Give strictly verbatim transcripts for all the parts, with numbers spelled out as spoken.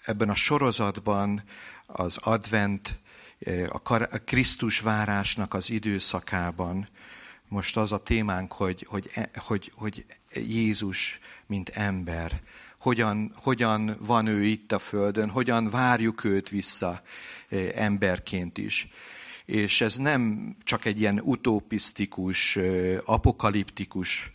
ebben a sorozatban az advent, a Krisztus várásnak az időszakában most az a témánk, hogy, hogy, hogy, hogy Jézus, mint ember, hogyan, hogyan van ő itt a földön, hogyan várjuk őt vissza emberként is. És ez nem csak egy ilyen utopisztikus, apokaliptikus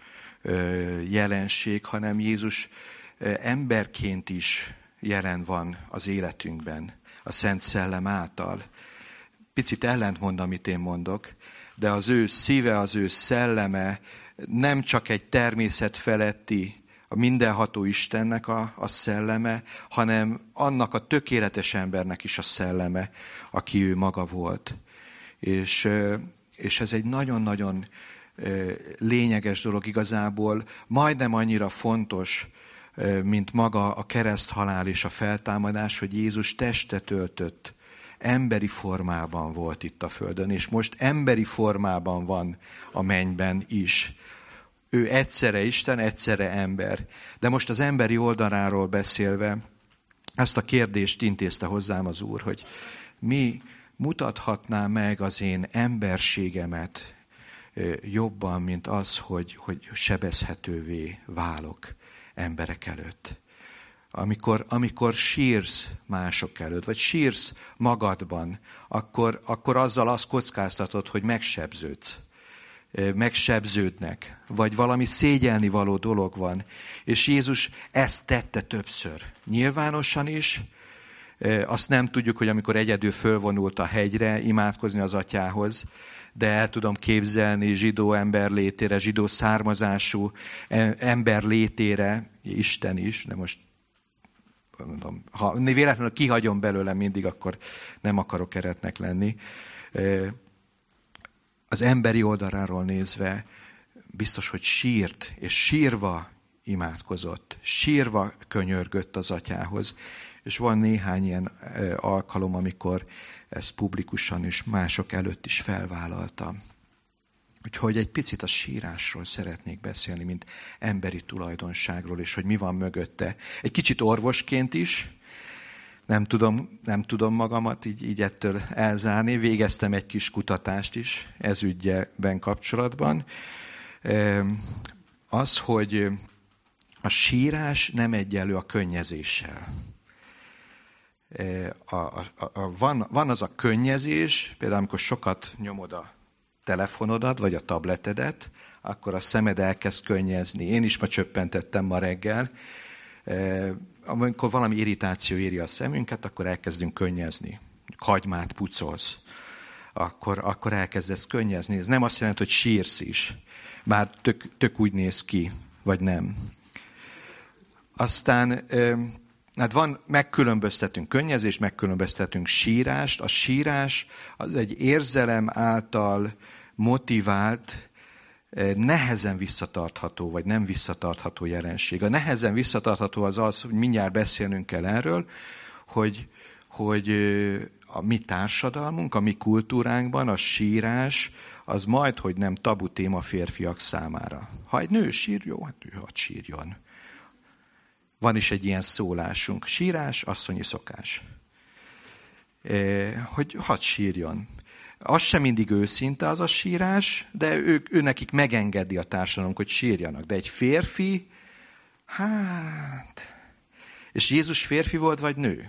jelenség, hanem Jézus emberként is jelen van az életünkben, a Szent Szellem által. Picit ellentmond, amit én mondok, de az ő szíve, az ő szelleme nem csak egy természet feletti, a mindenható Istennek a, a szelleme, hanem annak a tökéletes embernek is a szelleme, aki ő maga volt. És, és ez egy nagyon-nagyon lényeges dolog igazából, majdnem annyira fontos, mint maga a kereszthalál és a feltámadás, hogy Jézus testet öltött, emberi formában volt itt a földön, és most emberi formában van a mennyben is. Ő egyszerre Isten, egyszerre ember. De most az emberi oldaláról beszélve, ezt a kérdést intézte hozzám az Úr, hogy mi mutathatná meg az én emberségemet jobban, mint az, hogy, hogy sebezhetővé válok emberek előtt. Amikor, amikor sírsz mások előtt, vagy sírsz magadban, akkor, akkor azzal azt kockáztatod, hogy megsebződsz. Megsebződnek, vagy valami szégyelni való dolog van. És Jézus ezt tette többször. Nyilvánosan is. Azt nem tudjuk, hogy amikor egyedül fölvonult a hegyre imádkozni az atyához, de el tudom képzelni zsidó ember létére, zsidó származású ember létére, Isten is, de most mondom, ha véletlenül kihagyom belőlem mindig, akkor nem akarok eretnek lenni. Az emberi oldaláról nézve biztos, hogy sírt, és sírva imádkozott, sírva könyörgött az atyához. És van néhány ilyen alkalom, amikor ezt publikusan és mások előtt is felvállalta. Úgyhogy egy picit a sírásról szeretnék beszélni, mint emberi tulajdonságról, és hogy mi van mögötte. Egy kicsit orvosként is, nem tudom, nem tudom magamat így, így ettől elzárni. Végeztem egy kis kutatást is ez ügyben kapcsolatban. Az, hogy a sírás nem egyenlő a könnyezéssel. A, a, a, van, van az a könnyezés, például amikor sokat nyomod a telefonodat, vagy a tabletedet, akkor a szemed elkezd könnyezni. Én is ma csöppentettem ma reggel. Amikor valami irritáció éri a szemünket, akkor elkezdünk könnyezni. Hagymát pucolsz, akkor, akkor elkezdesz könnyezni. Ez nem azt jelenti, hogy sírsz is, bár tök, tök úgy néz ki, vagy nem. Aztán hát van, megkülönböztetünk könnyezést, megkülönböztetünk sírást. A sírás az egy érzelem által motivált, nehezen visszatartható, vagy nem visszatartható jelenség. A nehezen visszatartható az az, hogy mindjárt beszélnünk kell erről, hogy, hogy a mi társadalmunk, a mi kultúránkban a sírás az majd, hogy nem tabu téma férfiak számára. Ha egy nő sír, jó, hát ő hadd sírjon. Van is egy ilyen szólásunk. Sírás, asszonyi szokás. Hogy hadd sírjon. Az sem mindig őszinte az a sírás, de ők, ő nekik megengedi a társadalom, hogy sírjanak. De egy férfi, hát... És Jézus férfi volt, vagy nő?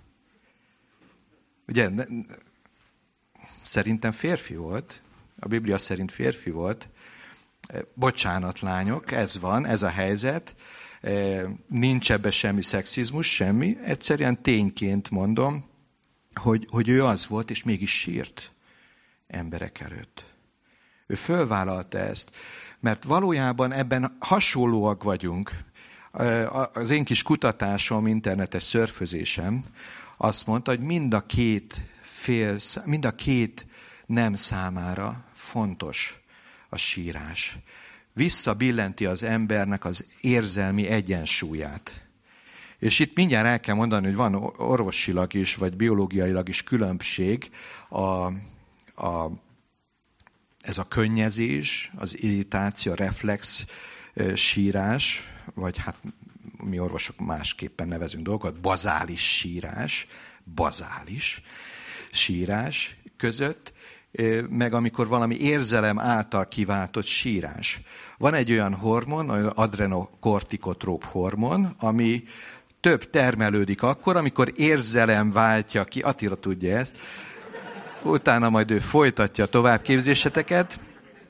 Ugye, ne, szerintem férfi volt. A Biblia szerint férfi volt. Bocsánat, lányok, ez van, ez a helyzet. Nincs ebbe semmi szexizmus, semmi. Egyszerűen tényként mondom, hogy, hogy ő az volt, és mégis sírt emberek előtt. Ő fölvállalta ezt, mert valójában ebben hasonlóak vagyunk. Az én kis kutatásom, internetes szörfözésem azt mondta, hogy mind a két fél, mind a két nem számára fontos a sírás. Visszabillenti az embernek az érzelmi egyensúlyát. És itt mindjárt el kell mondani, hogy van orvosilag is, vagy biológiailag is különbség a, a, ez a könnyezés, az irritáció, a reflex sírás, vagy hát mi orvosok másképpen nevezünk dolgokat, bazális sírás, bazális sírás között, meg amikor valami érzelem által kiváltott sírás. Van egy olyan hormon, az adrenokortikotróp hormon, ami több termelődik akkor, amikor érzelem váltja ki, Attila tudja ezt, utána majd ő folytatja a továbbképzéseteket,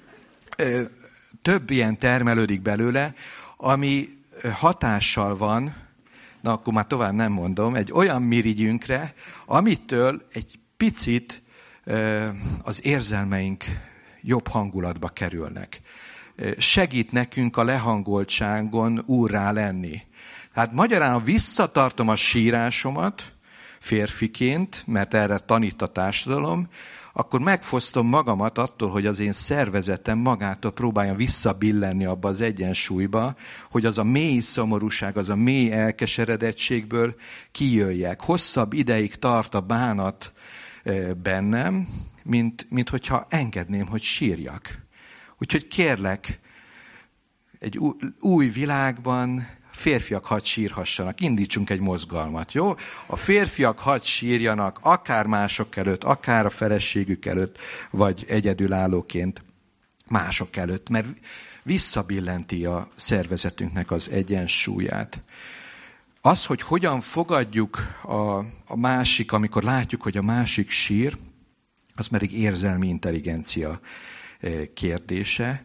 több ilyen termelődik belőle, ami hatással van, na akkor már tovább nem mondom, egy olyan mirigyünkre, amitől egy picit az érzelmeink jobb hangulatba kerülnek. Segít nekünk a lehangoltságon úrrá lenni. Tehát magyarán, ha visszatartom a sírásomat férfiként, mert erre tanít a társadalom, akkor megfosztom magamat attól, hogy az én szervezetem magától próbálja visszabillenni abba az egyensúlyba, hogy az a mély szomorúság, az a mély elkeseredettségből kijöjjek. Hosszabb ideig tart a bánat bennem, mint, mint hogyha engedném, hogy sírjak. Úgyhogy kérlek, egy új világban férfiak hadd sírhassanak, indítsunk egy mozgalmat, jó? A férfiak hadd sírjanak, akár mások előtt, akár a feleségük előtt, vagy egyedülállóként mások előtt, mert visszabillenti a szervezetünknek az egyensúlyát. Az, hogy hogyan fogadjuk a, a másik, amikor látjuk, hogy a másik sír, az pedig érzelmi intelligencia kérdése.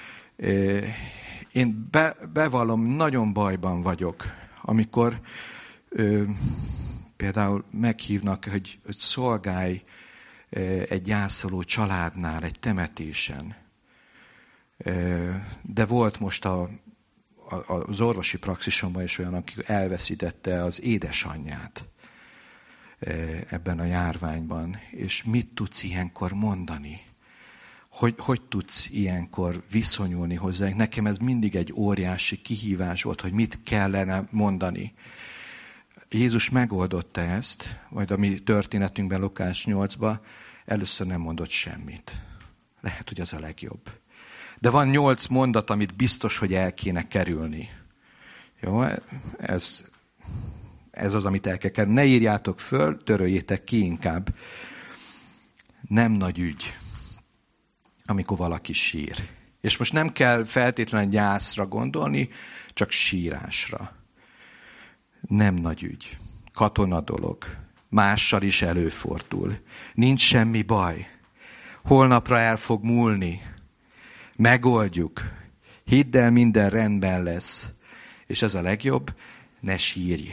Én be, bevallom, nagyon bajban vagyok, amikor ö, például meghívnak, hogy, hogy szolgálj egy gyászoló családnál, egy temetésen. Ö, de volt most a, a, az orvosi praxisomban is olyan, aki elveszítette az édesanyját ebben a járványban. És mit tudsz ilyenkor mondani? Hogy, hogy tudsz ilyenkor viszonyulni hozzá? Nekem ez mindig egy óriási kihívás volt, hogy mit kellene mondani. Jézus megoldotta ezt, majd a mi történetünkben, Lukás nyolcban, először nem mondott semmit. Lehet, hogy az a legjobb. De van nyolc mondat, amit biztos, hogy el kéne kerülni. Jó? Ez, ez az, amit el kell kerülni. Ne írjátok föl, töröljétek ki inkább. Nem nagy ügy, amikor valaki sír. És most nem kell feltétlenül gyászra gondolni, csak sírásra. Nem nagy ügy. Katona dolog. Mással is előfordul. Nincs semmi baj. Holnapra el fog múlni. Megoldjuk. Hidd el, minden rendben lesz. És ez a legjobb, ne sírj.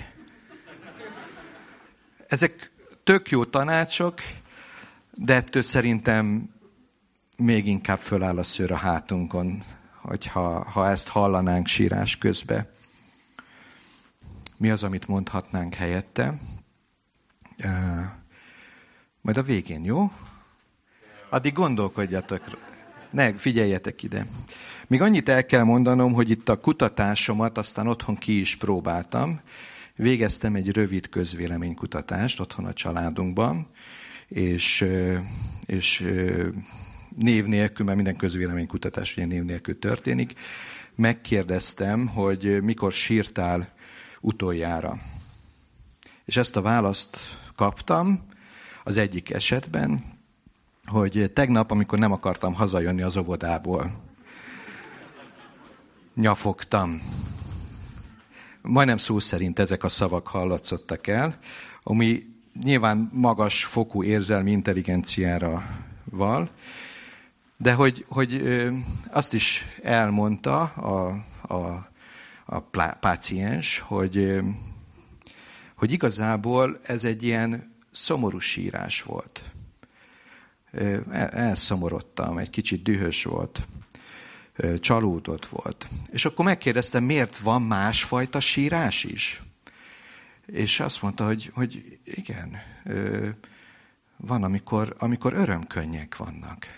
Ezek tök jó tanácsok, de ettől szerintem még inkább föláll a szőr a hátunkon, hogyha, ha ezt hallanánk sírás közben. Mi az, amit mondhatnánk helyette? Uh, majd a végén, jó? Addig gondolkodjatok. Ne, figyeljetek ide. Még annyit el kell mondanom, hogy itt a kutatásomat aztán otthon ki is próbáltam. Végeztem egy rövid közvéleménykutatást otthon a családunkban, és, és név nélkül, mert minden közvéleménykutatás ugye név nélkül történik, megkérdeztem, hogy mikor sírtál utoljára. És ezt a választ kaptam az egyik esetben, hogy tegnap, amikor nem akartam hazajönni az óvodából, nyafogtam. Majdnem szó szerint ezek a szavak hallatszottak el, ami nyilván magas fokú érzelmi intelligenciára val, de hogy, hogy azt is elmondta a, a, a páciens, hogy, hogy igazából ez egy ilyen szomorú sírás volt. Elszomorodtam, egy kicsit dühös volt, csalódott volt. És akkor megkérdeztem, miért van másfajta sírás is? És azt mondta, hogy, hogy igen, van, amikor, amikor örömkönnyek vannak.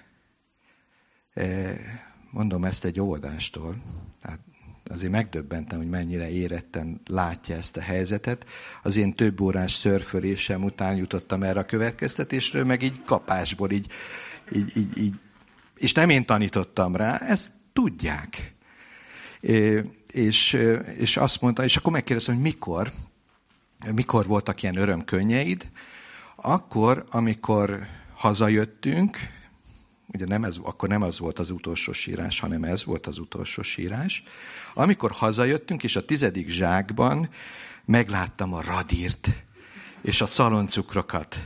Mondom ezt egy óvodástól, tehát azért megdöbbentem, hogy mennyire éretten látja ezt a helyzetet. Az én több órás szörfölésem után jutottam erre a következtetésről, meg így kapásból, így, így, így, így. És nem én tanítottam rá, ezt tudják. és, és azt mondta, és akkor megkérdeztem, hogy mikor, mikor voltak ilyen örömkönnyeid. Akkor, amikor hazajöttünk, ugye nem ez, akkor nem az volt az utolsó sírás, hanem ez volt az utolsó sírás. Amikor hazajöttünk, és a tizedik zsákban megláttam a radírt, és a szaloncukrokat.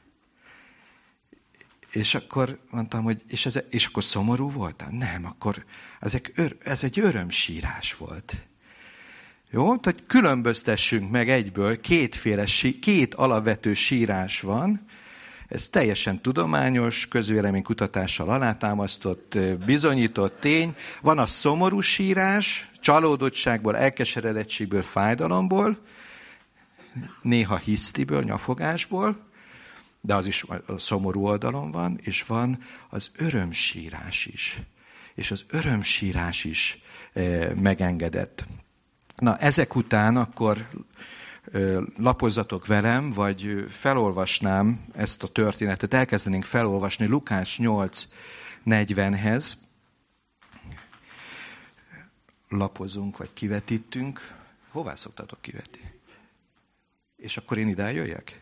És akkor mondtam, hogy és, ez, és akkor szomorú voltál? Nem, akkor ezek, ez egy örömsírás volt. Jó? Tehát különböztessünk meg egyből, kétféle, két alapvető sírás van. Ez teljesen tudományos, közvéleménykutatással alátámasztott, bizonyított tény. Van a szomorú sírás, csalódottságból, elkeseredettségből, fájdalomból, néha hisztiből, nyafogásból, de az is a szomorú oldalon van, és van az örömsírás is. És az örömsírás is e, megengedett. Na, ezek után akkor e, lapozzatok velem, vagy felolvasnám ezt a történetet, elkezdenénk felolvasni Lukács nyolc negyvenhez. Lapozunk, vagy kivetítünk. Hová szoktatok kivetni? És akkor én ide jöjjek?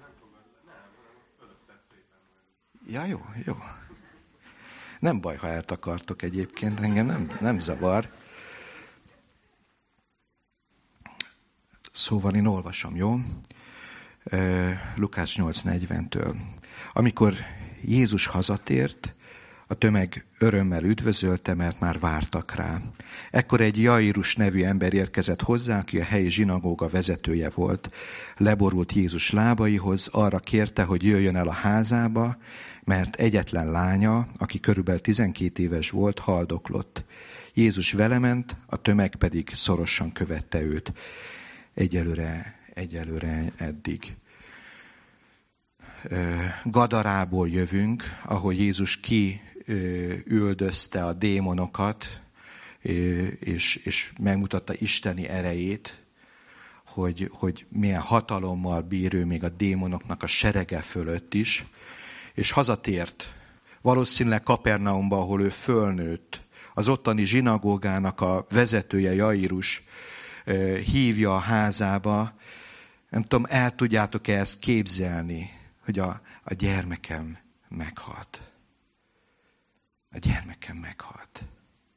Ja, jó, jó. Nem baj, ha eltakartok egyébként, engem nem, nem zavar. Szóval én olvasom, jó? Lukács nyolc negyventől. Amikor Jézus hazatért, a tömeg örömmel üdvözölte, mert már vártak rá. Ekkor egy Jairus nevű ember érkezett hozzá, aki a helyi zsinagóga vezetője volt. Leborult Jézus lábaihoz, arra kérte, hogy jöjjön el a házába, mert egyetlen lánya, aki körülbelül tizenkét éves volt, haldoklott. Jézus velement, a tömeg pedig szorosan követte őt. Egyelőre, egyelőre eddig. Gadarából jövünk, ahol Jézus kiüldözte a démonokat, és, és megmutatta isteni erejét, hogy, hogy milyen hatalommal bír ő még a démonoknak a serege fölött is, és hazatért, valószínűleg Kapernaumba, ahol ő fölnőtt. Az ottani zsinagógának a vezetője, Jairus, hívja a házába. Nem tudom, el tudjátok-e ezt képzelni, hogy a, a gyermekem meghalt. A gyermekem meghalt.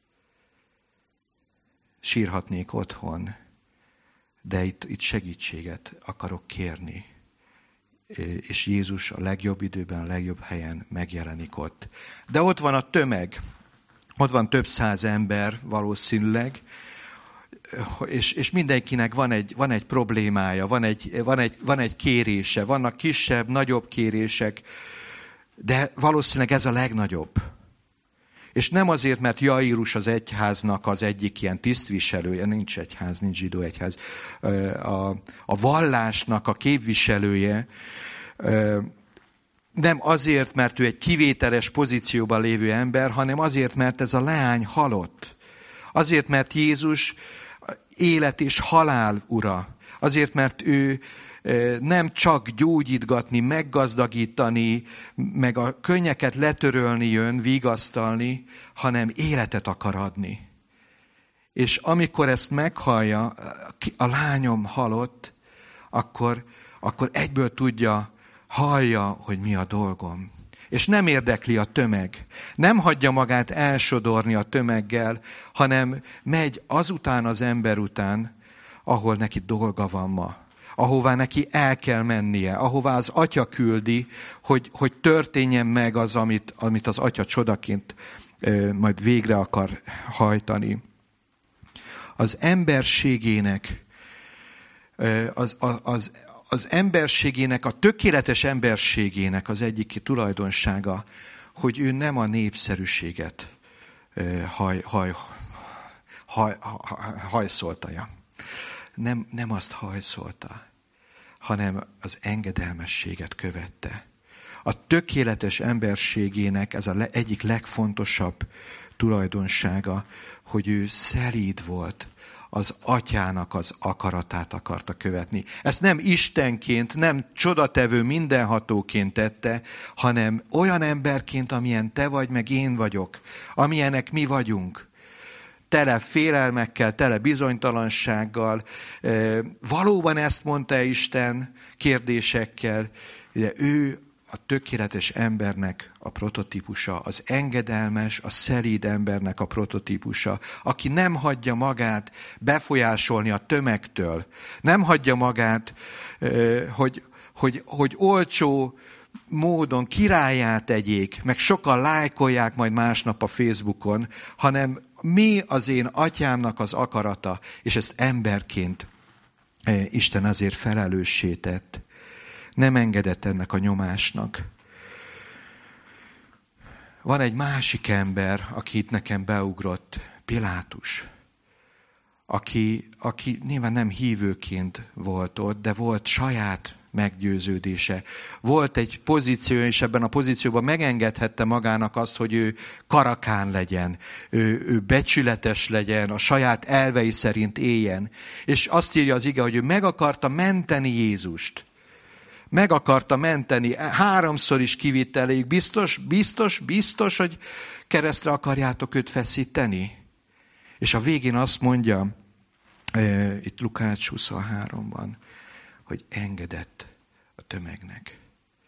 Sírhatnék otthon, de itt, itt segítséget akarok kérni. És Jézus a legjobb időben, a legjobb helyen megjelenik ott. De ott van a tömeg, ott van több száz ember valószínűleg, és, és mindenkinek van egy, van egy problémája, van egy, van, egy, van egy kérése, vannak kisebb, nagyobb kérések, de valószínűleg ez a legnagyobb. És nem azért, mert Jairus az egyháznak az egyik ilyen tisztviselője, nincs egyház, nincs zsidó egyház, a, a vallásnak a képviselője, nem azért, mert ő egy kivételes pozícióban lévő ember, hanem azért, mert ez a leány halott. Azért, mert Jézus élet és halál ura. Azért, mert ő nem csak gyógyítgatni, meggazdagítani, meg a könnyeket letörölni jön, vigasztalni, hanem életet akar adni. És amikor ezt meghallja, a lányom halott, akkor, akkor egyből tudja, hallja, hogy mi a dolgom. És nem érdekli a tömeg. Nem hagyja magát elsodorni a tömeggel, hanem megy azután az ember után, ahol neki dolga van ma. Ahová neki el kell mennie, ahová az atya küldi, hogy, hogy történjen meg az, amit, amit az atya csodaként ö, majd végre akar hajtani. Az emberségének, ö, az, az, az, az emberségének, a tökéletes emberségének az egyik tulajdonsága, hogy ő nem a népszerűséget ö, haj, haj, haj, haj, hajszoltaja. Nem, nem azt hajszolta, hanem az engedelmességet követte. A tökéletes emberségének ez az egyik legfontosabb tulajdonsága, hogy ő szelíd volt, az atyának az akaratát akarta követni. Ezt nem istenként, nem csodatevő mindenhatóként tette, hanem olyan emberként, amilyen te vagy, meg én vagyok, amilyenek mi vagyunk. tele félelmekkel, tele bizonytalansággal. Valóban ezt mondta Isten kérdésekkel, de ő a tökéletes embernek a prototípusa, az engedelmes, a szelíd embernek a prototípusa, aki nem hagyja magát befolyásolni a tömegtől, nem hagyja magát, hogy, hogy, hogy olcsó módon királlyá tegyék, meg sokan lájkolják majd másnap a Facebookon, hanem mi az én atyámnak az akarata, és ezt emberként Isten azért felelőssé tett. Nem engedett ennek a nyomásnak. Van egy másik ember, aki itt nekem beugrott, Pilátus, aki, aki nyilván nem hívőként volt ott, de volt saját meggyőződése. Volt egy pozíció, és ebben a pozícióban megengedhette magának azt, hogy ő karakán legyen, ő, ő becsületes legyen, a saját elvei szerint éljen. És azt írja az ige, hogy ő meg akarta menteni Jézust. Meg akarta menteni, háromszor is kivitt eléjük. Biztos, biztos, biztos, hogy keresztre akarjátok őt feszíteni? És a végén azt mondja, e, itt Lukács huszonháromban, hogy engedett a tömegnek.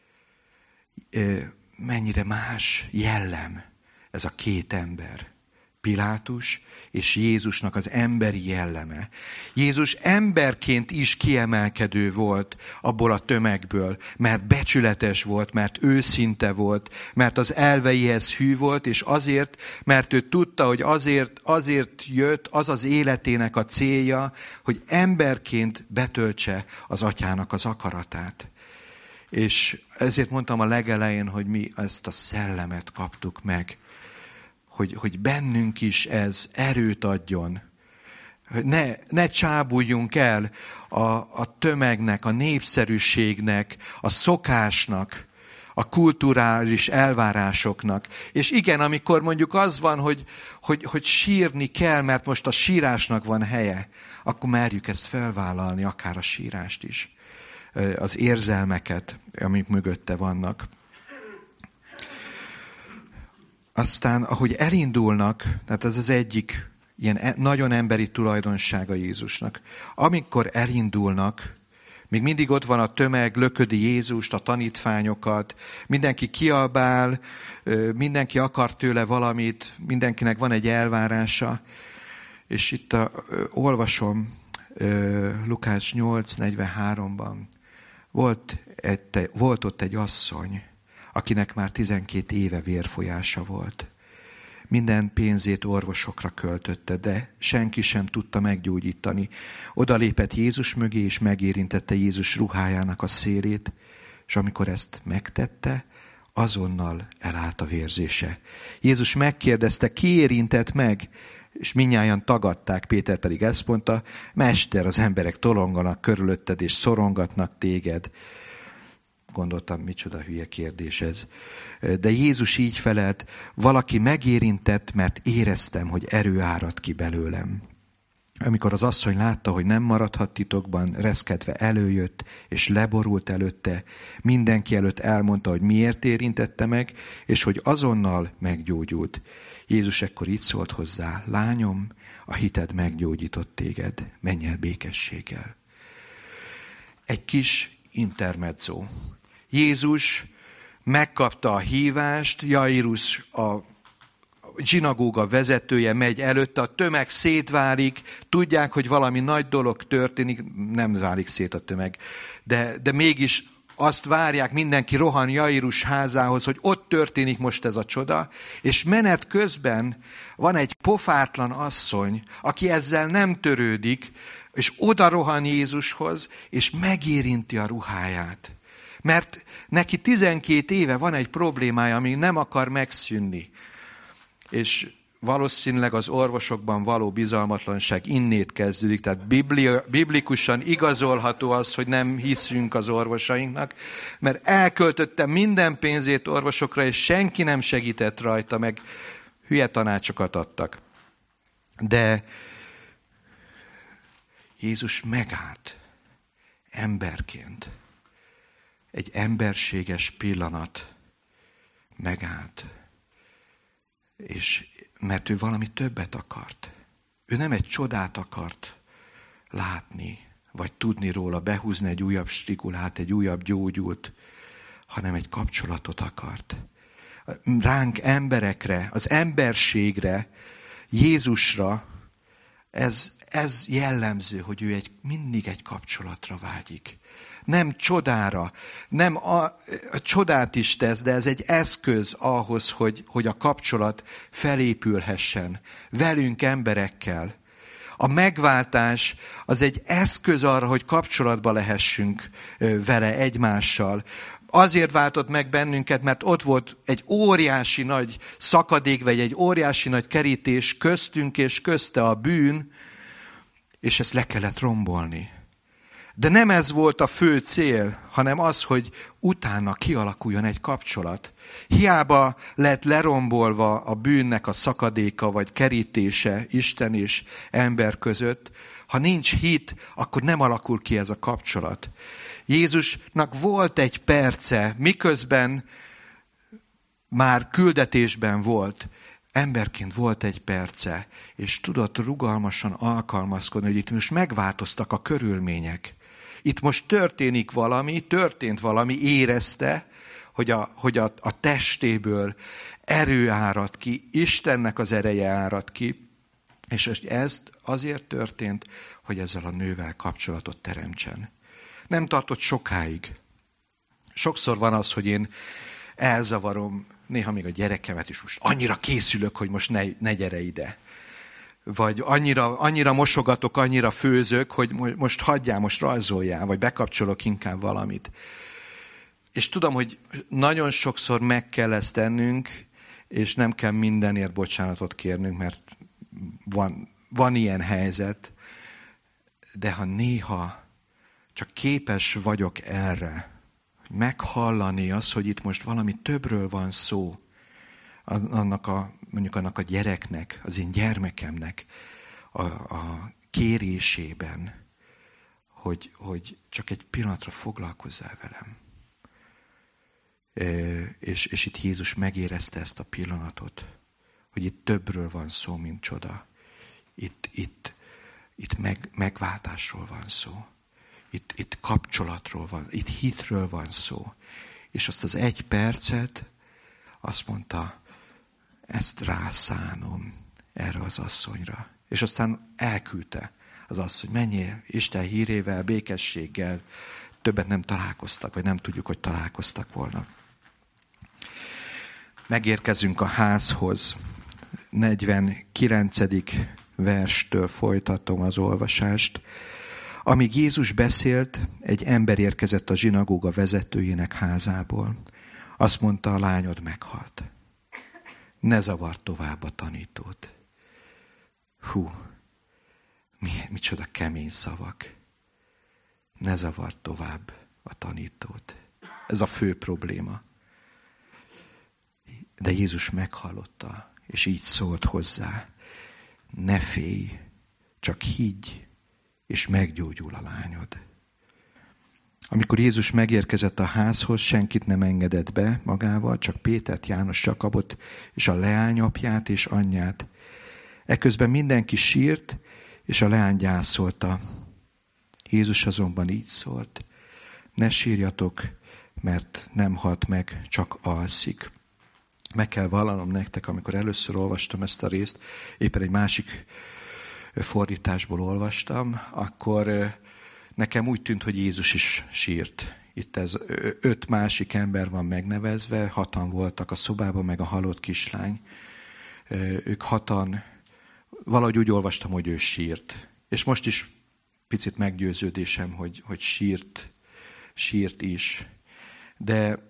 E, mennyire más jellem ez a két ember. Pilátus és Jézusnak az emberi jelleme. Jézus emberként is kiemelkedő volt abból a tömegből, mert becsületes volt, mert őszinte volt, mert az elveihez hű volt, és azért, mert ő tudta, hogy azért, azért jött az az életének a célja, hogy emberként betöltse az atyának az akaratát. És ezért mondtam a legelején, hogy mi ezt a szellemet kaptuk meg, Hogy, hogy bennünk is ez erőt adjon. Ne, ne csábuljunk el a, a tömegnek, a népszerűségnek, a szokásnak, a kulturális elvárásoknak. És igen, amikor mondjuk az van, hogy, hogy, hogy sírni kell, mert most a sírásnak van helye, akkor merjük ezt felvállalni, akár a sírást is. Az érzelmeket, amik mögötte vannak. Aztán, ahogy elindulnak, tehát ez az egyik ilyen nagyon emberi tulajdonsága Jézusnak. Amikor elindulnak, még mindig ott van a tömeg, löködi Jézust, a tanítványokat, mindenki kiabál, mindenki akar tőle valamit, mindenkinek van egy elvárása. És itt a, olvasom Lukács nyolc negyvenháromban, volt, egy, volt ott egy asszony, akinek már tizenkét éve vérfolyása volt. Minden pénzét orvosokra költötte, de senki sem tudta meggyógyítani. Oda lépett Jézus mögé, és megérintette Jézus ruhájának a szélét, és amikor ezt megtette, azonnal elállt a vérzése. Jézus megkérdezte, ki érintett meg? És mindnyájan tagadták, Péter pedig ezt mondta, Mester, az emberek tolonganak körülötted, és szorongatnak téged. Gondoltam, micsoda hülye kérdés ez. De Jézus így felelt, valaki megérintett, mert éreztem, hogy erő árad ki belőlem. Amikor az asszony látta, hogy nem maradhat titokban, reszkedve előjött, és leborult előtte, mindenki előtt elmondta, hogy miért érintette meg, és hogy azonnal meggyógyult. Jézus ekkor így szólt hozzá, lányom, a hited meggyógyított téged, menj el békességgel. Egy kis intermezzo. Jézus megkapta a hívást, Jairus a zsinagóga vezetője megy előtte, a tömeg szétválik, tudják, hogy valami nagy dolog történik, nem válik szét a tömeg, de, de mégis azt várják, mindenki rohan Jairus házához, hogy ott történik most ez a csoda, és menet közben van egy pofátlan asszony, aki ezzel nem törődik, és oda rohan Jézushoz, és megérinti a ruháját. Mert neki tizenkét éve van egy problémája, ami nem akar megszűnni. És valószínűleg az orvosokban való bizalmatlanság innét kezdődik, tehát biblia, biblikusan igazolható az, hogy nem hiszünk az orvosainknak, mert elköltötte minden pénzét orvosokra, és senki nem segített rajta, meg hülye tanácsokat adtak. De Jézus megállt emberként. Egy emberséges pillanat megállt. És mert ő valami többet akart. Ő nem egy csodát akart látni, vagy tudni róla, behúzni egy újabb strigulát, egy újabb gyógyult, hanem egy kapcsolatot akart. Ránk emberekre, az emberségre, Jézusra, ez, ez jellemző, hogy ő egy, mindig egy kapcsolatra vágyik. Nem csodára, nem a, a csodát is tesz, de ez egy eszköz ahhoz, hogy, hogy a kapcsolat felépülhessen velünk emberekkel. A megváltás az egy eszköz arra, hogy kapcsolatba lehessünk vele, egymással. Azért váltott meg bennünket, mert ott volt egy óriási nagy szakadék, vagy egy óriási nagy kerítés köztünk és közte a bűn, és ezt le kellett rombolni. De nem ez volt a fő cél, hanem az, hogy utána kialakuljon egy kapcsolat. Hiába lett lerombolva a bűnnek a szakadéka vagy kerítése Isten és ember között, ha nincs hit, akkor nem alakul ki ez a kapcsolat. Jézusnak volt egy perce, miközben már küldetésben volt, emberként volt egy perce, és tudott rugalmasan alkalmazkodni, hogy itt most megváltoztak a körülmények. Itt most történik valami, történt valami, érezte, hogy a, hogy a, a testéből erő árad ki, Istennek az ereje árad ki, és ez azért történt, hogy ezzel a nővel kapcsolatot teremtsen. Nem tartott sokáig. Sokszor van az, hogy én elzavarom néha még a gyerekemet is, most annyira készülök, hogy most ne, ne gyere ide. Vagy annyira, annyira mosogatok, annyira főzök, hogy most hagyjál, most rajzoljál, vagy bekapcsolok inkább valamit. És tudom, hogy nagyon sokszor meg kell ezt tennünk, és nem kell mindenért bocsánatot kérnünk, mert van, van ilyen helyzet, de ha néha csak képes vagyok erre, meghallani azt, hogy itt most valami többről van szó, annak a, mondjuk annak a gyereknek, az én gyermekemnek a, a kérésében, hogy, hogy csak egy pillanatra foglalkozzál velem. E, és, és itt Jézus megérezte ezt a pillanatot, hogy itt többről van szó, mint csoda. Itt, itt, itt meg, megváltásról van szó. Itt, itt kapcsolatról van, itt hitről van szó. És azt az egy percet, azt mondta, ezt rászánom erre az asszonyra. És aztán elküldte az asszony, menjél Isten hírével, békességgel, többet nem találkoztak, vagy nem tudjuk, hogy találkoztak volna. Megérkezünk a házhoz. negyvenkilencedik verstől folytatom az olvasást. Amíg Jézus beszélt, egy ember érkezett a zsinagóga vezetőjének házából. Azt mondta, a lányod meghalt. Ne zavard tovább a tanítót. Hú, mi, micsoda kemény szavak. Ne zavard tovább a tanítót. Ez a fő probléma. De Jézus meghallotta, és így szólt hozzá. Ne félj, csak higgy, és meggyógyul a lányod. Amikor Jézus megérkezett a házhoz, senkit nem engedett be magával, csak Pétert, János, Jakabot, és a leány apját és anyját. Eközben mindenki sírt, és a leány gyászolta. Jézus azonban így szólt, ne sírjatok, mert nem halt meg, csak alszik. Meg kell vallanom nektek, amikor először olvastam ezt a részt, éppen egy másik fordításból olvastam, akkor nekem úgy tűnt, hogy Jézus is sírt. Itt ez öt másik ember van megnevezve, hatan voltak a szobában, meg a halott kislány. Ők hatan, valahogy úgy olvastam, hogy ő sírt. És most is picit meggyőződésem, hogy, hogy sírt, sírt is. De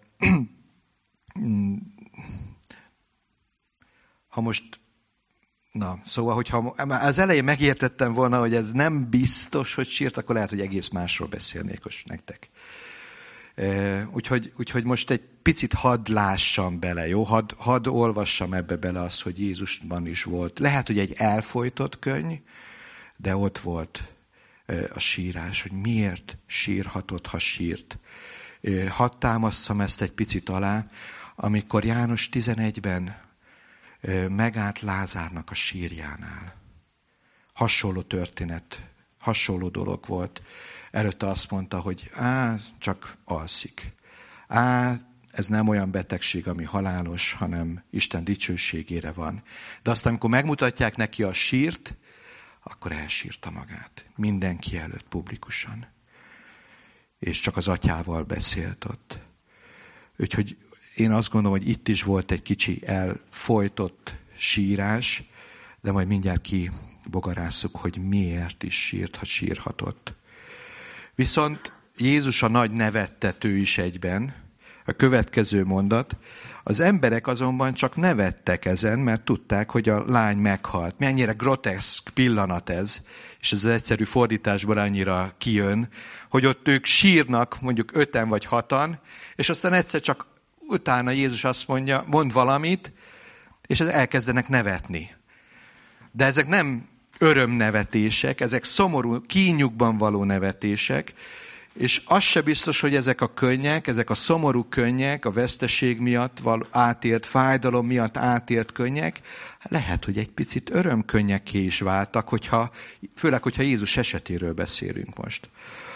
ha most, na, szóval, hogyha az elején megértettem volna, hogy ez nem biztos, hogy sírt, akkor lehet, hogy egész másról beszélnék most nektek. Úgyhogy, úgyhogy most egy picit hadd lássam bele, jó? Hadd, hadd olvassam ebbe bele azt, hogy Jézusban is volt. Lehet, hogy egy elfojtott könyv, de ott volt a sírás, hogy miért sírhatott, ha sírt. Hadd támasszam ezt egy picit alá, amikor János tizenegyben megállt Lázárnak a sírjánál. hasonló történet, hasonló dolog volt. Előtte azt mondta, hogy á, csak alszik. Á, ez nem olyan betegség, ami halálos, hanem Isten dicsőségére van. De aztán, amikor megmutatják neki a sírt, akkor elsírta magát. Mindenki előtt publikusan. És csak az atyával beszélt ott. Úgyhogy én azt gondolom, hogy itt is volt egy kicsi elfojtott sírás, de majd mindjárt kibogarásszuk, hogy miért is sírt, ha sírhatott. Viszont Jézus a nagy nevettető is egyben. A következő mondat. Az emberek azonban csak nevettek ezen, mert tudták, hogy a lány meghalt. Mennyire groteszk pillanat ez, és ez az egyszerű fordításban annyira kijön, hogy ott ők sírnak, mondjuk öten vagy hatan, és aztán egyszer csak utána Jézus azt mondja, mond valamit, és elkezdenek nevetni. De ezek nem örömnevetések, ezek szomorú, kínjukban való nevetések, és az se biztos, hogy ezek a könnyek, ezek a szomorú könnyek, a veszteség miatt való átélt, fájdalom miatt átélt könnyek, lehet, hogy egy picit örömkönnyekké is váltak, hogyha, főleg, hogyha Jézus esetéről beszélünk most.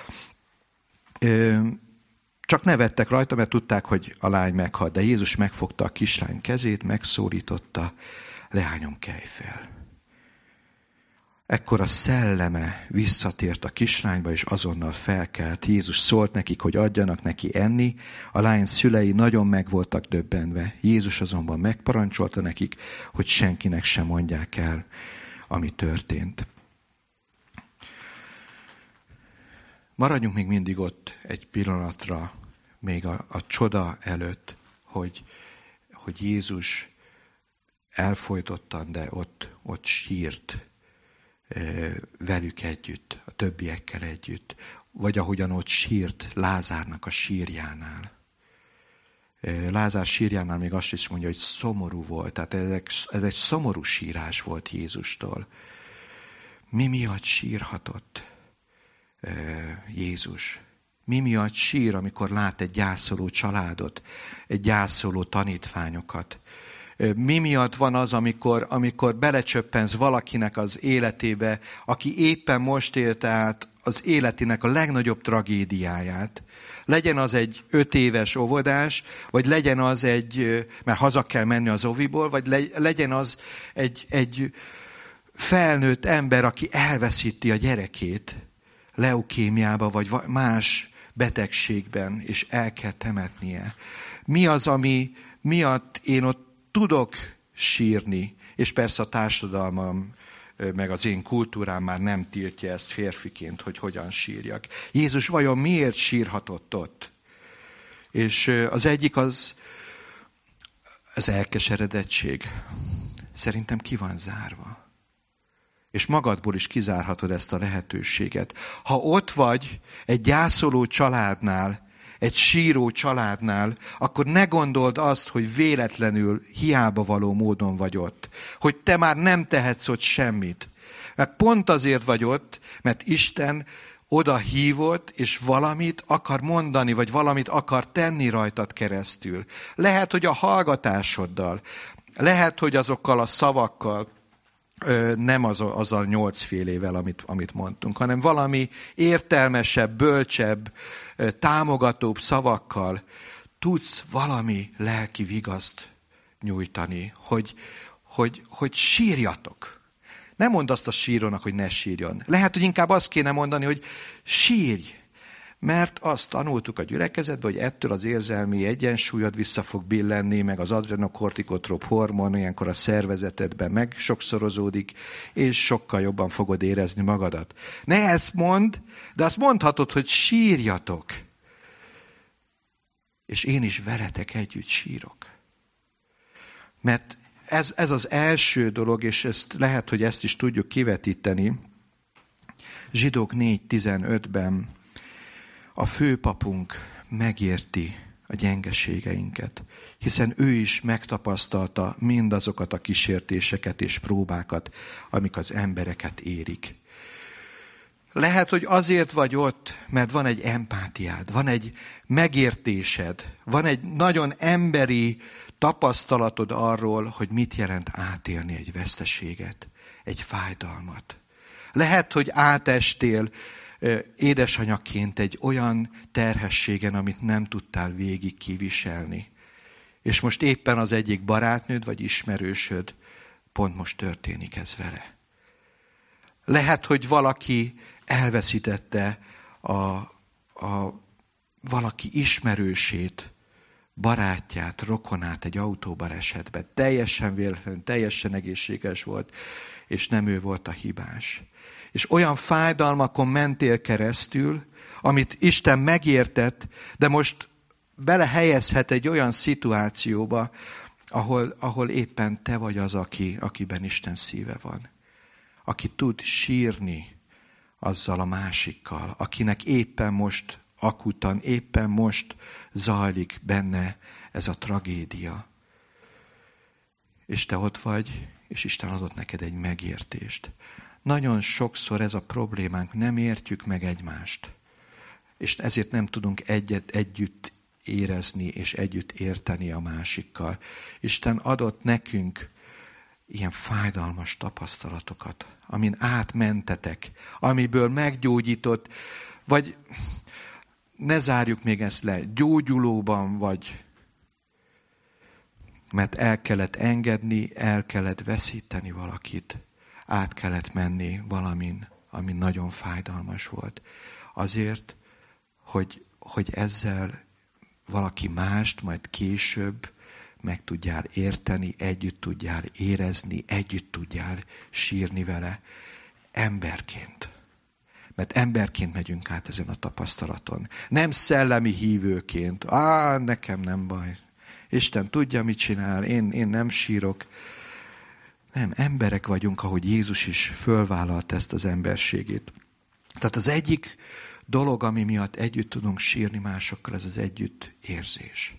Csak nevettek rajta, mert tudták, hogy a lány meghalt, de Jézus megfogta a kislány kezét, megszólította, leányom, kelj fel. Ekkor a szelleme visszatért a kislányba, és azonnal felkelt. Jézus szólt nekik, hogy adjanak neki enni. A lány szülei nagyon meg voltak döbbenve. Jézus azonban megparancsolta nekik, hogy senkinek sem mondják el, ami történt. Maradjunk még mindig ott egy pillanatra, még a, a csoda előtt, hogy, hogy Jézus elfojtottan, de ott, ott sírt velük együtt, a többiekkel együtt, vagy ahogyan ott sírt Lázárnak a sírjánál. Lázár sírjánál még azt is mondja, hogy szomorú volt, tehát ez egy, ez egy szomorú sírás volt Jézustól. Mi miatt sírhatott Jézus? Mi miatt sír, amikor lát egy gyászoló családot, egy gyászoló tanítványokat? Mi miatt van az, amikor, amikor belecsöppensz valakinek az életébe, aki éppen most élte át az életének a legnagyobb tragédiáját. Legyen az egy öt éves óvodás, vagy legyen az egy, mert haza kell menni az oviból, vagy legyen az egy, egy felnőtt ember, aki elveszíti a gyerekét leukémiába, vagy más betegségben, és el kell temetnie. Mi az, ami miatt én ott tudok sírni, és persze a társadalmam, meg az én kultúrám már nem tiltja ezt férfiként, hogy hogyan sírjak. Jézus vajon miért sírhatott ott? És az egyik az az elkeseredettség. Szerintem ki van zárva. És magadból is kizárhatod ezt a lehetőséget. Ha ott vagy egy gyászoló családnál, egy síró családnál, akkor ne gondold azt, hogy véletlenül, hiába való módon vagy ott. Hogy te már nem tehetsz ott semmit. Mert pont azért vagy ott, mert Isten oda hívott, és valamit akar mondani, vagy valamit akar tenni rajtad keresztül. Lehet, hogy a hallgatásoddal, lehet, hogy azokkal a szavakkal, nem az a, az a nyolc félével, amit, amit mondtunk, hanem valami értelmesebb, bölcsebb, támogatóbb szavakkal tudsz valami lelki vigaszt nyújtani, hogy, hogy, hogy sírjatok. Nem mondd azt a sírónak, hogy ne sírjon. Lehet, hogy inkább azt kéne mondani, hogy sírj, mert azt tanultuk a gyülekezetben, hogy ettől az érzelmi egyensúlyod vissza fog billenni, meg az adrenokortikotróp hormon ilyenkor a szervezetedben megsokszorozódik, és sokkal jobban fogod érezni magadat. Ne ezt mondd, de azt mondhatod, hogy sírjatok. És én is veletek együtt sírok. Mert ez, ez az első dolog, és ezt lehet, hogy ezt is tudjuk kivetíteni. Zsidók négy tizenötben a főpapunk megérti a gyengeségeinket, hiszen ő is megtapasztalta mindazokat a kísértéseket és próbákat, amik az embereket érik. Lehet, hogy azért vagy ott, mert van egy empátiád, van egy megértésed, van egy nagyon emberi tapasztalatod arról, hogy mit jelent átélni egy veszteséget, egy fájdalmat. Lehet, hogy átestél édesanyaként egy olyan terhességen, amit nem tudtál végig kiviselni. És most éppen az egyik barátnőd vagy ismerősöd, pont most történik ez vele. Lehet, hogy valaki elveszítette a, a valaki ismerősét, barátját, rokonát egy autóbalesetben. Teljesen véletlen, teljesen egészséges volt, és nem ő volt a hibás. És olyan fájdalmakon mentél keresztül, amit Isten megértett, de most belehelyezhet egy olyan szituációba, ahol, ahol éppen te vagy az, aki, akiben Isten szíve van. Aki tud sírni azzal a másikkal, akinek éppen most akutan, éppen most zajlik benne ez a tragédia. És te ott vagy, és Isten adott neked egy megértést. Nagyon sokszor ez a problémánk, nem értjük meg egymást. És ezért nem tudunk egyet, együtt érezni, és együtt érteni a másikkal. Isten adott nekünk ilyen fájdalmas tapasztalatokat, amin átmentetek, amiből meggyógyított, vagy ne zárjuk még ezt le, gyógyulóban vagy, mert el kellett engedni, el kellett veszíteni valakit, át kellett menni valamin, ami nagyon fájdalmas volt. Azért, hogy, hogy ezzel valaki mást majd később meg tudjál érteni, együtt tudjál érezni, együtt tudjál sírni vele, emberként. Mert emberként megyünk át ezen a tapasztalaton. Nem szellemi hívőként. Á, nekem nem baj. Isten tudja, mit csinál, én, én nem sírok. Nem, emberek vagyunk, ahogy Jézus is fölvállalt ezt az emberségét. Tehát az egyik dolog, ami miatt együtt tudunk sírni másokkal, ez az együtt érzés.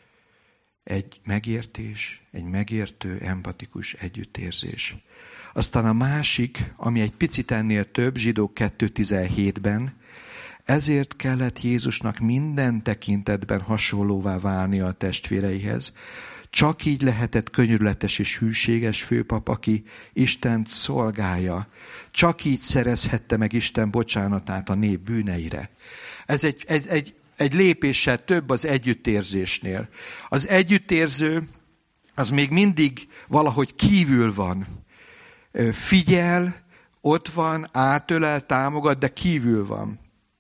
Egy megértés, egy megértő, empatikus együttérzés. Aztán a másik, ami egy picit ennél több, Zsidók kettő tizenhétben, ezért kellett Jézusnak minden tekintetben hasonlóvá válni a testvéreihez. Csak így lehetett könyörületes és hűséges főpap, aki Istent szolgálja. Csak így szerezhette meg Isten bocsánatát a nép bűneire. Ez egy, egy, egy, egy lépéssel több az együttérzésnél. Az együttérző az még mindig valahogy kívül van. Figyel, ott van, átölel, támogat, de kívül van.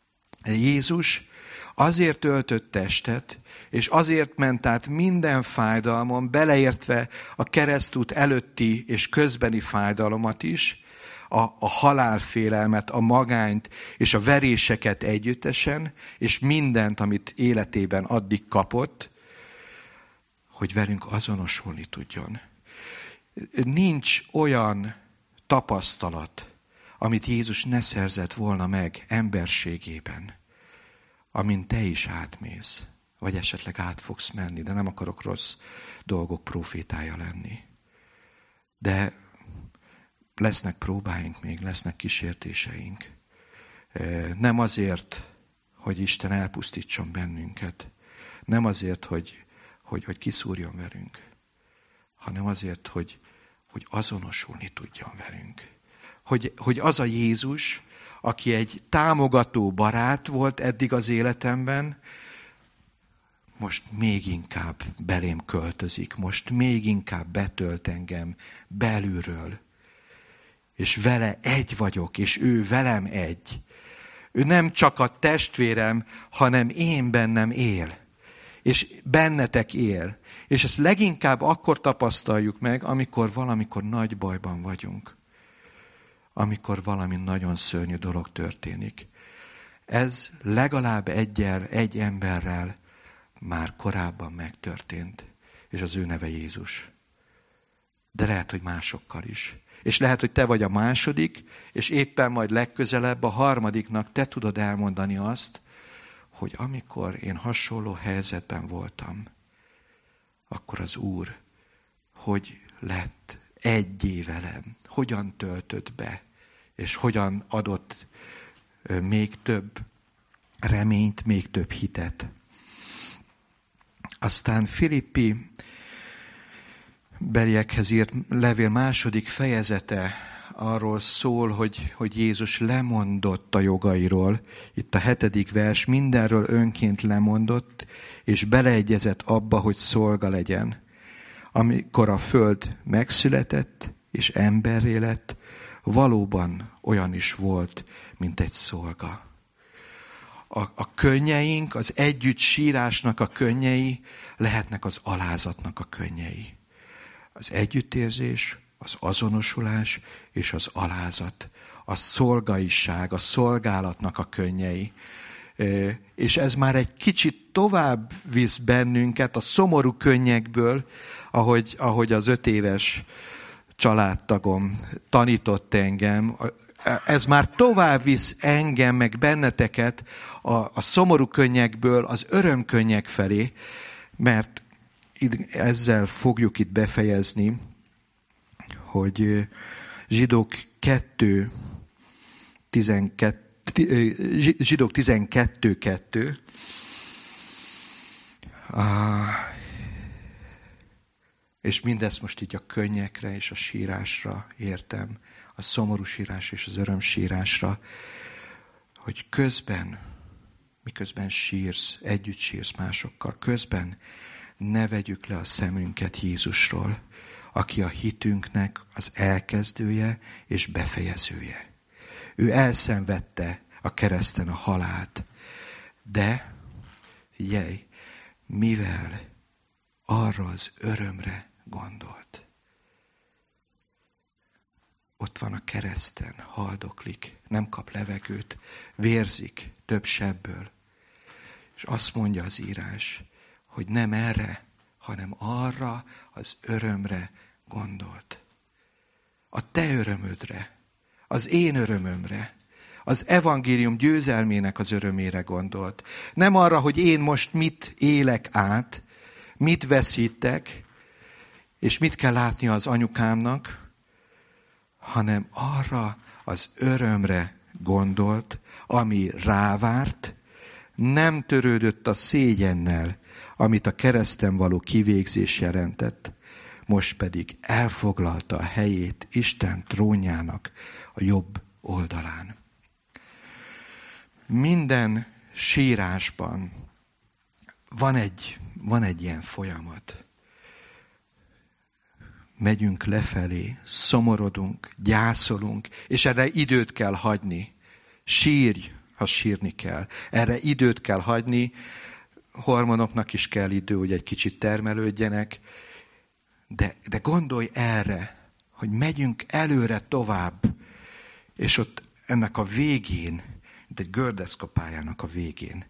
Jézus azért öltött testet, és azért ment át minden fájdalmon, beleértve a keresztút előtti és közbeni fájdalomat is, a, a halálfélelmet, a magányt és a veréseket együttesen, és mindent, amit életében addig kapott, hogy velünk azonosulni tudjon. Nincs olyan tapasztalat, amit Jézus ne szerzett volna meg emberségében, amin te is átmész, vagy esetleg át fogsz menni, de nem akarok rossz dolgok profétája lenni. De lesznek próbáink még, lesznek kísértéseink. Nem azért, hogy Isten elpusztítson bennünket, nem azért, hogy, hogy, hogy kiszúrjon velünk, hanem azért, hogy, hogy azonosulni tudjon velünk. Hogy, hogy az a Jézus, aki egy támogató barát volt eddig az életemben, most még inkább belém költözik, most még inkább betölt engem belülről. És vele egy vagyok, és ő velem egy. Ő nem csak a testvérem, hanem én bennem él. És bennetek él. És ezt leginkább akkor tapasztaljuk meg, amikor valamikor nagy bajban vagyunk. Amikor valami nagyon szörnyű dolog történik. Ez legalább egyel, egy emberrel már korábban megtörtént. És az ő neve Jézus. De lehet, hogy másokkal is. És lehet, hogy te vagy a második, és éppen majd legközelebb a harmadiknak te tudod elmondani azt, hogy amikor én hasonló helyzetben voltam, akkor az Úr hogy lett egyé velem, hogyan töltött be, és hogyan adott még több reményt, még több hitet. Aztán Filippi beliekhez írt levél második fejezete arról szól, hogy, hogy Jézus lemondott a jogairól. Itt a hetedik vers, mindenről önként lemondott, és beleegyezett abba, hogy szolga legyen. Amikor a föld megszületett, és emberré lett, valóban olyan is volt, mint egy szolga. A, a könnyeink, az együtt sírásnak a könnyei lehetnek az alázatnak a könnyei. Az együttérzés, az azonosulás és az alázat, a szolgaiság, a szolgálatnak a könnyei. És ez már egy kicsit tovább visz bennünket a szomorú könnyekből, ahogy, ahogy az öt éves családtagom tanított engem. Ez már tovább visz engem, meg benneteket a, a szomorú könnyekből az örömkönnyek felé, mert ezzel fogjuk itt befejezni, hogy Zsidók kettő, tizenkettő, Zsidók tizenkettő kettő, és mindezt most így a könnyekre és a sírásra értem, a szomorú sírás és az örömsírásra, hogy közben, miközben sírsz, együtt sírsz másokkal, közben ne vegyük le a szemünket Jézusról, aki a hitünknek az elkezdője és befejezője. Ő elszenvedte a kereszten a halált, de, figyelj, mivel arra az örömre gondolt. Ott van a kereszten, haldoklik, nem kap levegőt, vérzik több sebből. És azt mondja az írás, hogy nem erre, hanem arra az örömre gondolt. A te örömödre, az én örömömre, az evangélium győzelmének az örömére gondolt. Nem arra, hogy én most mit élek át, mit veszítek, és mit kell látni az anyukámnak, hanem arra az örömre gondolt, ami rávárt, nem törődött a szégyennel, amit a kereszten való kivégzés jelentett, most pedig elfoglalta a helyét Isten trónjának a jobb oldalán. Minden sírásban van egy, van egy ilyen folyamat. Megyünk lefelé, szomorodunk, gyászolunk, és erre időt kell hagyni. Sírj, ha sírni kell. Erre időt kell hagyni, hormonoknak is kell idő, hogy egy kicsit termelődjenek, de, de gondolj erre, hogy megyünk előre tovább, és ott ennek a végén, mint egy gördeszkapályának a végén,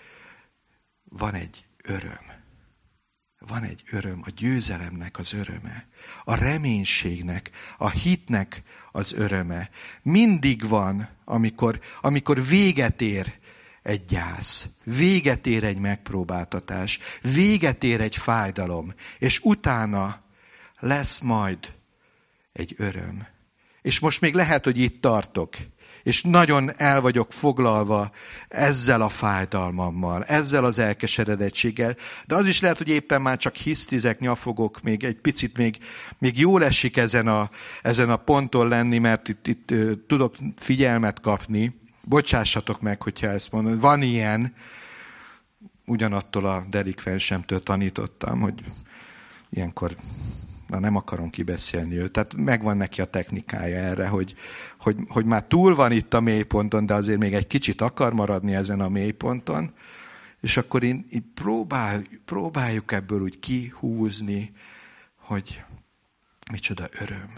van egy öröm. Van egy öröm, a győzelemnek az öröme, a reménységnek, a hitnek az öröme. Mindig van, amikor, amikor véget ér egy gyász, véget ér egy megpróbáltatás, véget ér egy fájdalom, és utána lesz majd egy öröm. És most még lehet, hogy itt tartok, és nagyon el vagyok foglalva ezzel a fájdalmammal, ezzel az elkeseredettséggel, de az is lehet, hogy éppen már csak hisztizek, nyafogok, még egy picit még, még jól esik ezen a, ezen a ponton lenni, mert itt, itt uh, tudok figyelmet kapni. Bocsássatok meg, hogyha ezt mondom. Van ilyen, ugyanattól a delikvensemtől tanítottam, hogy ilyenkor na nem akarom kibeszélni őt. Tehát megvan neki a technikája erre, hogy, hogy, hogy már túl van itt a mélyponton, de azért még egy kicsit akar maradni ezen a mélyponton, és akkor én, én próbál, próbáljuk ebből úgy kihúzni, hogy micsoda öröm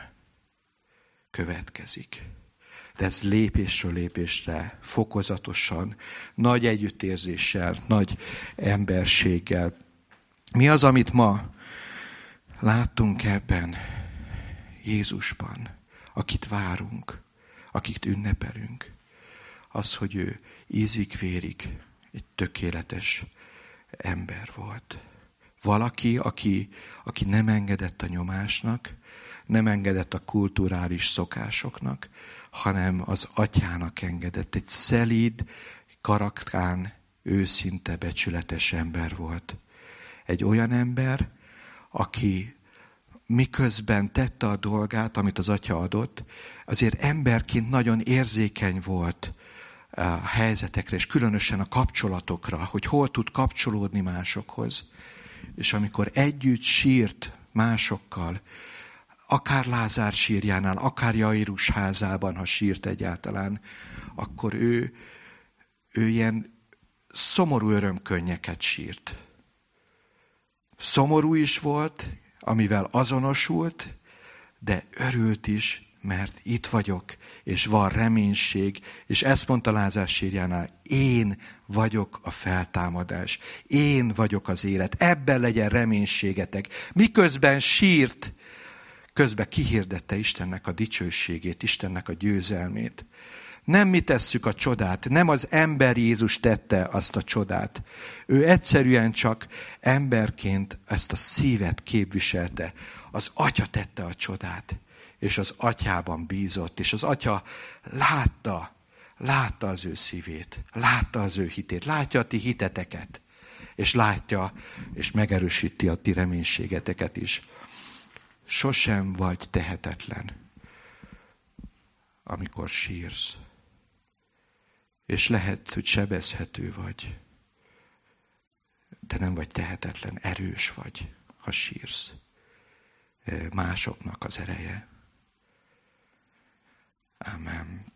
következik. De ez lépésről lépésre, fokozatosan, nagy együttérzéssel, nagy emberséggel. Mi az, amit ma láttunk ebben Jézusban, akit várunk, akit ünnepelünk? Az, hogy ő ízig-vérig egy tökéletes ember volt. Valaki, aki, aki nem engedett a nyomásnak, nem engedett a kulturális szokásoknak, hanem az atyának engedett. Egy szelíd, karaktán, őszinte, becsületes ember volt. Egy olyan ember, aki, miközben tette a dolgát, amit az Atya adott, azért emberként nagyon érzékeny volt a helyzetekre, és különösen a kapcsolatokra, hogy hol tud kapcsolódni másokhoz. És amikor együtt sírt másokkal, akár Lázár sírjánál, akár Jairus házában, ha sírt egyáltalán, akkor ő, ő ilyen szomorú örömkönnyeket sírt. Szomorú is volt, amivel azonosult, de örült is, mert itt vagyok, és van reménység, és ezt mondta Lázár sírjánál, én vagyok a feltámadás, én vagyok az élet, ebben legyen reménységetek. Miközben sírt, közben kihirdette Istennek a dicsőségét, Istennek a győzelmét. Nem mi tesszük a csodát, nem az ember Jézus tette azt a csodát. Ő egyszerűen csak emberként ezt a szívet képviselte. Az Atya tette a csodát, és az Atyában bízott, és az Atya látta, látta az ő szívét, látta az ő hitét, látja a ti hiteteket, és látja, és megerősíti a ti reménységeteket is. Sosem vagy tehetetlen, amikor sírsz. És lehet, hogy sebezhető vagy, de nem vagy tehetetlen, erős vagy, ha sírsz. Másoknak az ereje. Amen.